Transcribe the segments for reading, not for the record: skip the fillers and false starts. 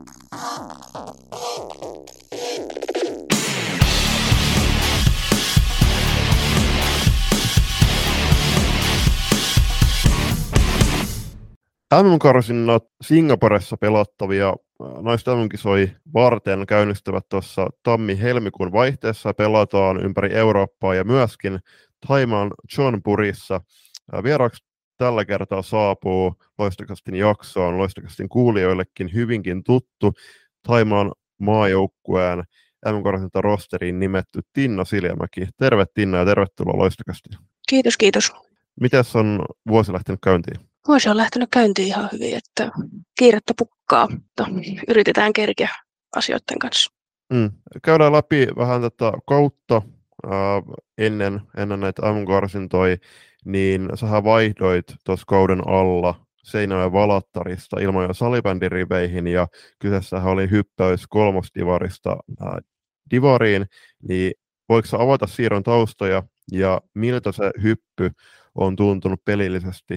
MM-karsinnat Singaporessa pelattavia naisten MM-kisoi varten käynnistyvät tuossa tammi-helmikuun vaihteessa ja pelataan ympäri Eurooppaa ja myöskin Thaimaan Chonpurissa. Vieraaksi tällä kertaa saapuu Loistokastin jaksoon, Loistokastin kuulijoillekin hyvinkin tuttu Thaimaan maajoukkueen MM-karsinta rosteriin nimetty Tinna Siljamäki. Terve Tinna ja tervetuloa Loistokastiin. Kiitos, kiitos. Mites on vuosi lähtenyt käyntiin? Vuosi on lähtenyt käyntiin ihan hyvin, että kiirettä pukkaa, mutta yritetään kerkeä asioiden kanssa. Käydään läpi vähän tätä kautta ennen näitä MM-karsintoja, niin sähän vaihdoit tuossa kauden alla Seinäjoen Valattarista Ilmajoen salibändiriveihin, ja kyseessähän oli hyppäys kolmosdivarista divariin, niin voiko sä avata siirron taustoja, ja miltä se hyppy on tuntunut pelillisesti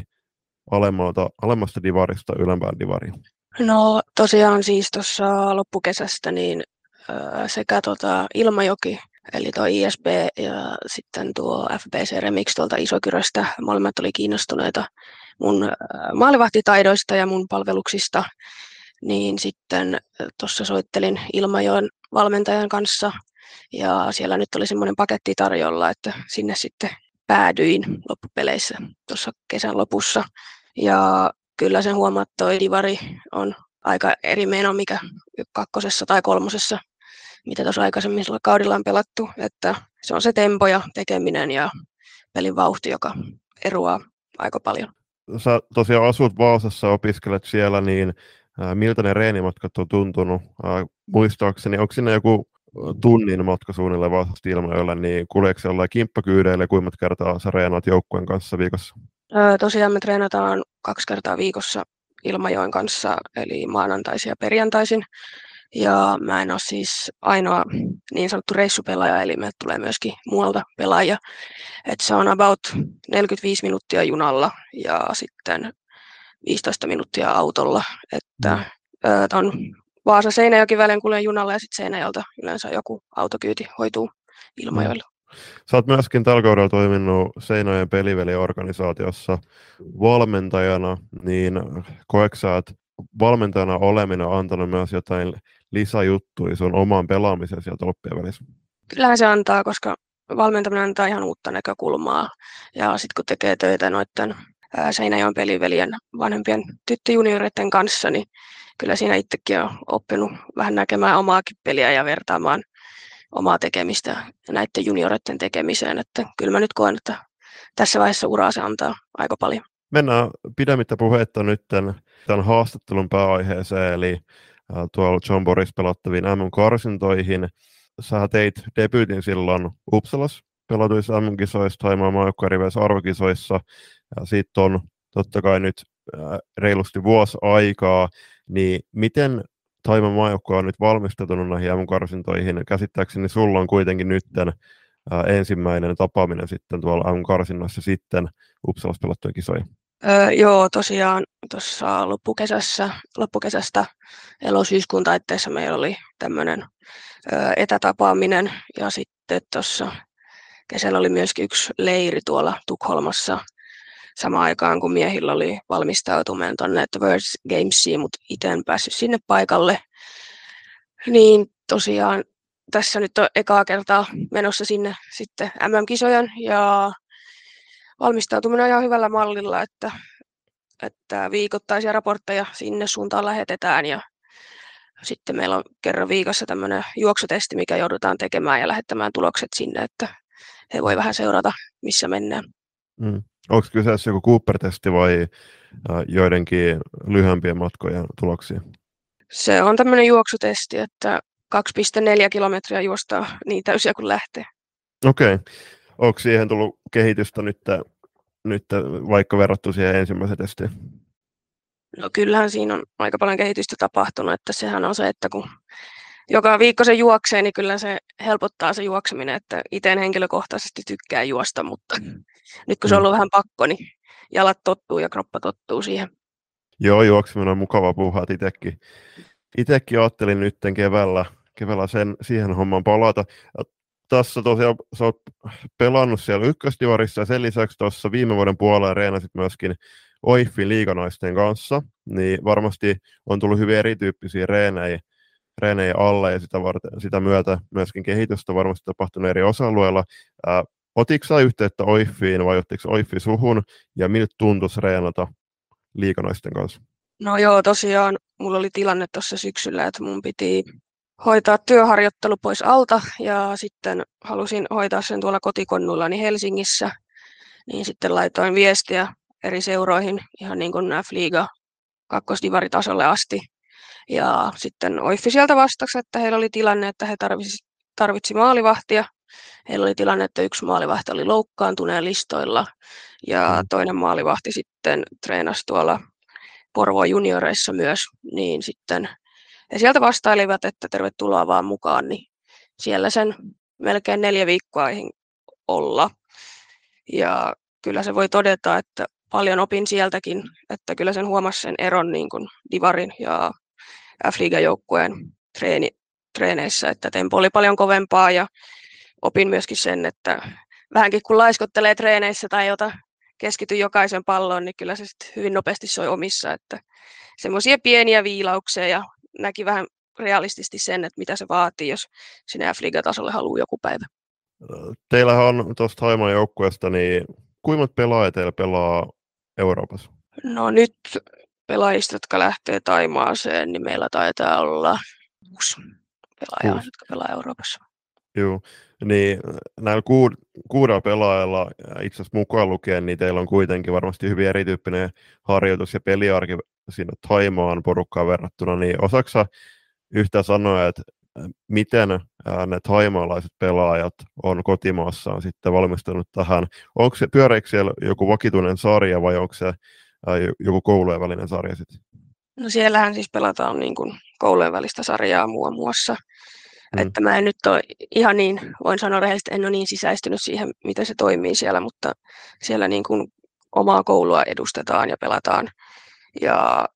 alemmasta divarista ylempään divariin? No tosiaan siis tuossa loppukesästä niin sekä Ilmajoki, eli tuo ISB ja sitten tuo FBC Remix tuolta Isokyröstä, molemmat oli kiinnostuneita mun maalivahtitaidoista ja mun palveluksista, niin sitten tuossa soittelin Ilmajoen valmentajan kanssa, ja siellä nyt oli semmoinen paketti tarjolla, että sinne sitten päädyin loppupeleissä tuossa kesän lopussa. Ja kyllä sen huomaa, että toi divari on aika eri meno, mikä kakkosessa tai kolmosessa, mitä tuossa aikaisemmilla kaudilla on pelattu. Että se on se tempo ja tekeminen ja pelin vauhti, joka eroaa aika paljon. Sä tosiaan asut Vaasassa, opiskelet siellä, niin miltä ne reenimatkat on tuntunut? Muistaakseni, onko sinne joku tunnin matka suunnilleen Vaasasta Ilmajoelle, niin kuljeeko se jollain kimppakyydeillä, kuinka monta kertaa sä reenaat joukkueen kanssa viikossa? Tosiaan me treenataan 2 kertaa viikossa Ilmajoen kanssa, eli maanantaisin ja perjantaisin. Ja mä en ole siis ainoa niin sanottu reissupelaaja, eli meiltä tulee myöskin muualta pelaajia. Et se on about 45 minuuttia junalla ja sitten 15 minuuttia autolla. Että on Vaasa-Seinäjoki välin kuljen junalla ja sitten Seinäjoelta yleensä joku autokyyti hoituu Ilmajoelle. Sä oot myöskin tällä kaudella toiminut Seinäjoen peliveliorganisaatiossa valmentajana, niin koetko sä, että valmentajana oleminen on antanut myös jotain lisäjuttuja sun omaan pelaamiseen sieltä loppien välissä? Kyllähän se antaa, koska valmentaminen antaa ihan uutta näkökulmaa, ja sitten kun tekee töitä noiden Seinäjoen peliveljen vanhempien tyttöjunioreiden kanssa, niin kyllä siinä itsekin on oppinut vähän näkemään omaakin peliä ja vertaamaan omaa tekemistä näiden junioreiden tekemiseen, että kyllä mä nyt koen, että tässä vaiheessa uraa se antaa aika paljon. Mennään pidemmittä puhetta nyt tämän haastattelun pääaiheeseen, eli tuolla Chonburissä pelattaviin MM-karsintoihin. Sä teit debyytin silloin Uppsalassa pelatuissa MM-kisoissa, Thaimaan maajoukkueriveissä arvokisoissa, ja siitä on totta kai nyt reilusti vuosi aikaa, niin miten Thaimaan maajoukkue on nyt valmistautunut näihin MM-karsintoihin? Käsittääkseni sulla on kuitenkin nyt ensimmäinen tapaaminen sitten tuolla MM-karsinnassa sitten Uppsalassa pelattuja kisoja. Joo, tosiaan tuossa loppukesästä elo-syyskuun taitteessa meillä oli tämmöinen etätapaaminen, ja sitten tuossa kesällä oli myöskin yksi leiri tuolla Tukholmassa samaan aikaan, kun miehillä oli valmistautuminen tuonne World Gamesiin, mutta itse en päässyt sinne paikalle. Niin tosiaan tässä nyt on ekaa kertaa menossa sinne sitten MM-kisojen, ja valmistautuminen on ihan hyvällä mallilla, että viikoittaisia raportteja sinne suuntaan lähetetään, ja sitten meillä on kerran viikossa tämmöinen juoksutesti, mikä joudutaan tekemään ja lähettämään tulokset sinne, että he voi vähän seurata, missä mennään. Onko kyseessä joku Cooper-testi vai joidenkin lyhyempien matkojen tuloksia? Se on tämmöinen juoksutesti, että 2,4 kilometriä juostaa niin täysiä kuin lähtee. Okei. Onko siihen tullut kehitystä nyt vaikka verrattu siihen ensimmäiseen testiin? No kyllähän siinä on aika paljon kehitystä tapahtunut, että sehän on se, että kun joka viikko se juoksee, niin kyllä se helpottaa se juokseminen, että itse en henkilökohtaisesti tykkää juosta, mutta nyt kun se on ollut vähän pakko, niin jalat tottuu ja kroppa tottuu siihen. Joo, juokseminen on mukava puuhaa itsekin itsekin ajattelin nyt keväällä siihen hommaan palata. Ja tässä tosiaan sä oot pelannut siellä ykkösdivarissa ja sen lisäksi tuossa viime vuoden puolella reenasit myöskin OIFin liiganaisten kanssa, niin varmasti on tullut hyvin erityyppisiä reenejä alle ja sitä myötä myöskin kehitystä varmasti tapahtunut eri osa-alueilla. Otitko sä yhteyttä OIFiin vai ottiko OIFi suhun ja miltä tuntuisi reenata liiganaisten kanssa? No joo, tosiaan mulla oli tilanne tuossa syksyllä, että mun piti hoitaa työharjoittelu pois alta ja sitten halusin hoitaa sen tuolla kotikonnuillani Helsingissä, niin sitten laitoin viestiä eri seuroihin ihan niin kuin F-liiga kakkosdivaritasolle asti. Ja sitten OIFi sieltä vastasi, että heillä oli tilanne, että he tarvitsi maalivahtia. Heillä oli tilanne, että yksi maalivahti oli loukkaantuneen listoilla ja toinen maalivahti sitten treenasi tuolla Porvoon junioreissa myös, niin sitten he sieltä vastailivat, että tervetuloa vaan mukaan, niin siellä sen melkein 4 viikkoa eihin olla. Ja kyllä se voi todeta, että paljon opin sieltäkin, että kyllä sen huomasi sen eron niin kuin divarin ja F-liigajoukkueen treeneissä, että tempo oli paljon kovempaa ja opin myöskin sen, että vähänkin kun laiskottelee treeneissä tai keskity jokaisen palloon, niin kyllä se sitten hyvin nopeasti soi omissa, että semmoisia pieniä viilauksia ja näki vähän realistisesti sen, että mitä se vaatii, jos sinne F-liigatasolle haluaa joku päivä. Teillähän on tuosta Haimaan joukkueesta, niin kuinka monta pelaajaa teillä pelaa Euroopassa? No nyt pelaajista, jotka lähtee Taimaaseen, niin meillä taitaa olla 6 pelaajaa, jotka pelaa Euroopassa. Joo, niin näillä 6 pelaajalla itse asiassa mukaan lukien, niin teillä on kuitenkin varmasti hyvin erityyppinen harjoitus ja peliarki siinä Thaimaan porukkaan verrattuna, niin osaatko sä yhtään sanoa, että miten ne thaimaalaiset pelaajat on kotimaassaan sitten valmistunut tähän? Pyöreikö siellä joku vakituinen sarja vai onko se joku koulujen välinen sarja sitten? No siellähän siis pelataan niin kuin koulujen välistä sarjaa muun muassa. Että mä en nyt ole ihan niin, voin sanoa rehellisesti, en ole niin sisäistynyt siihen, miten se toimii siellä, mutta siellä niin kuin omaa koulua edustetaan ja pelataan. Ja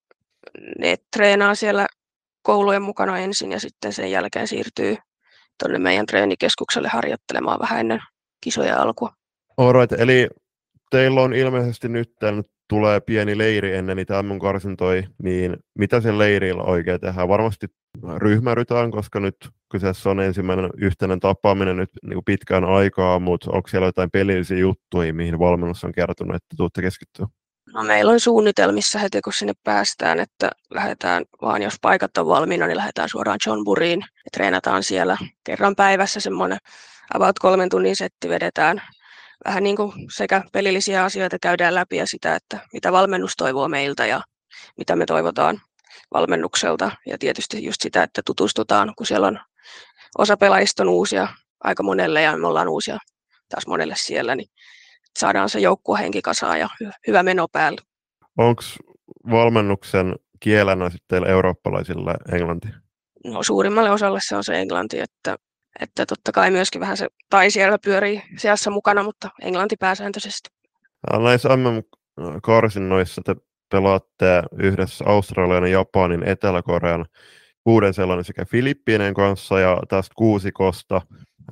ne treenaa siellä koulujen mukana ensin ja sitten sen jälkeen siirtyy tuonne meidän treenikeskukselle harjoittelemaan vähän ennen kisojen alkua. Alright, eli teillä on ilmeisesti nyt tulee pieni leiri ennen niitä MM-karsintoja, niin mitä sen leirillä oikein tehdään? Varmasti ryhmärytään, koska nyt kyseessä on ensimmäinen yhteinen tapaaminen nyt niin kuin pitkään aikaa, mutta onko siellä jotain pelillisiä juttuja, mihin valmennus on kertonut, että tuutte keskittyä? No, meillä on suunnitelmissa heti, kun sinne päästään, että lähdetään vaan, jos paikat on valmiina, niin lähdetään suoraan John Burryin ja treenataan siellä kerran päivässä semmoinen about 3 tunnin setti vedetään. Vähän niin kuin sekä pelillisiä asioita käydään läpi ja sitä, että mitä valmennus toivoo meiltä ja mitä me toivotaan valmennukselta. Ja tietysti just sitä, että tutustutaan, kun siellä on osa pelaajista on uusia aika monelle ja me ollaan uusia taas monelle siellä, niin saadaan se joukkuehenki kasaan ja hyvä meno päälle. Onko valmennuksen kielenä sitten eurooppalaisille englanti? No, suurimmalle osalle se on se englanti, että totta kai myöskin vähän se tai siellä pyörii seassa mukana, mutta englanti pääsääntöisesti. Näissä MM-karsinnoissa te pelaatte yhdessä Australian, Japanin, Etelä-Korean, Uuden-Seelannin sekä Filippiinien kanssa ja tästä kuusikosta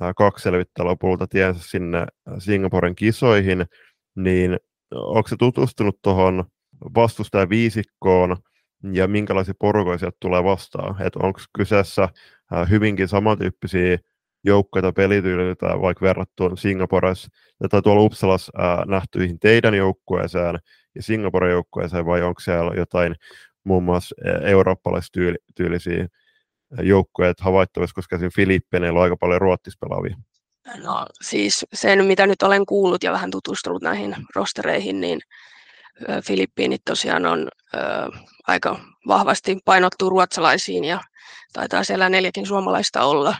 2 selvittää lopulta tiensä sinne Singaporen kisoihin, niin onko se tutustunut tuohon vastustajaviisikkoon ja minkälaisia porukoja sieltä tulee vastaan? Onko kyseessä hyvinkin samantyyppisiä joukkoita pelityyliltä vaikka verrattuna Singaporessa tai tuolla Uppsalassa nähtyihin teidän joukkueeseen ja Singaporen joukkueeseen, vai onko siellä jotain muun muassa eurooppalaistyylisiä joukkoja havaittavissa, koska siinä Filippiineillä on aika paljon ruottispelaavia? No siis sen, mitä nyt olen kuullut ja vähän tutustunut näihin rostereihin, niin Filippiinit tosiaan on aika vahvasti painottuu ruotsalaisiin ja taitaa siellä 4 suomalaista olla.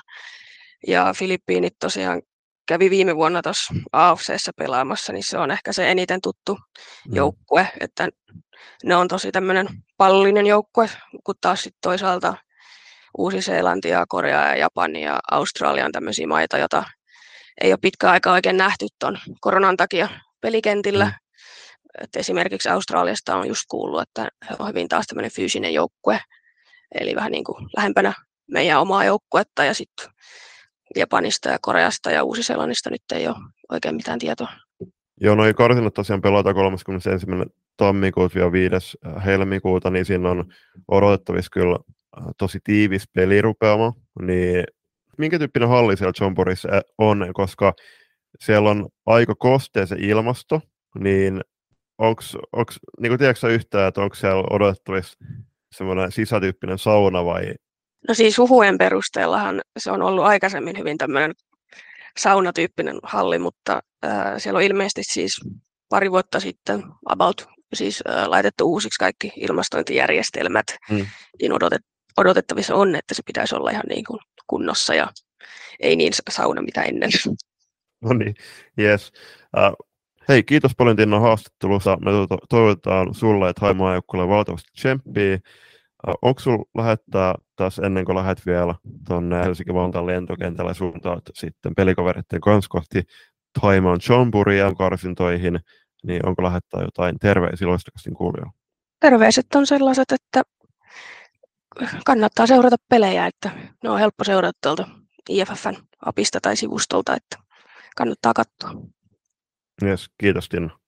Ja Filippiinit tosiaan kävi viime vuonna tuossa AFC:ssä pelaamassa, niin se on ehkä se eniten tuttu joukkue, että ne on tosi tämmöinen pallollinen joukkue, kun taas sitten toisaalta Uusi-Seelanti ja Korea ja Japani ja Australia on tämmöisiä maita, joita ei ole pitkään aikaa oikein nähty tuon koronan takia pelikentillä. Et esimerkiksi Australiasta on just kuullut, että he on hyvin taas tämmöinen fyysinen joukkue. eli vähän niin kuin lähempänä meidän omaa joukkuetta, ja sitten Japanista ja Koreasta ja Uusi-Seelannista nyt ei ole oikein mitään tietoa. Joo, noi karsinnat tosiaan pelataan 31. tammikuuta 5. helmikuuta, niin siinä on odotettavissa kyllä tosi tiivis pelirupeama. Niin minkä tyyppinen halli siellä Chonborissa on, koska siellä on aika kostea se ilmasto, niin niin tiedätkö sä yhtään, että onko siellä odotettavissa semmoinen sisätyyppinen sauna vai? No siis huhujen perusteellahan se on ollut aikaisemmin hyvin tämmöinen saunatyyppinen halli, mutta siellä on ilmeisesti siis pari vuotta sitten laitettu uusiksi kaikki ilmastointijärjestelmät, niin odotettavissa on, että se pitäisi olla ihan niin kuin kunnossa ja ei niin sauna mitä ennen. No niin, yes. Hei, kiitos paljon Tinna haastattelussa. Me toivotetaan sulle ja Thai-maajoukkueelle valtavasti tsemppiä. Onko sinulla lähettää taas ennen kuin lähdet vielä tuonne Helsinki-Vantaan lentokentälle suuntaan sitten pelikavereiden kanssa kohti Thaimaan Chonburia karsintoihin, niin onko lähettää jotain terveisiä Loistokastin kuulijoille? Terveiset on sellaiset, että kannattaa seurata pelejä, että ne on helppo seurata tuolta IFFn apista tai sivustolta, että kannattaa katsoa. Yes, kiitos Tinna.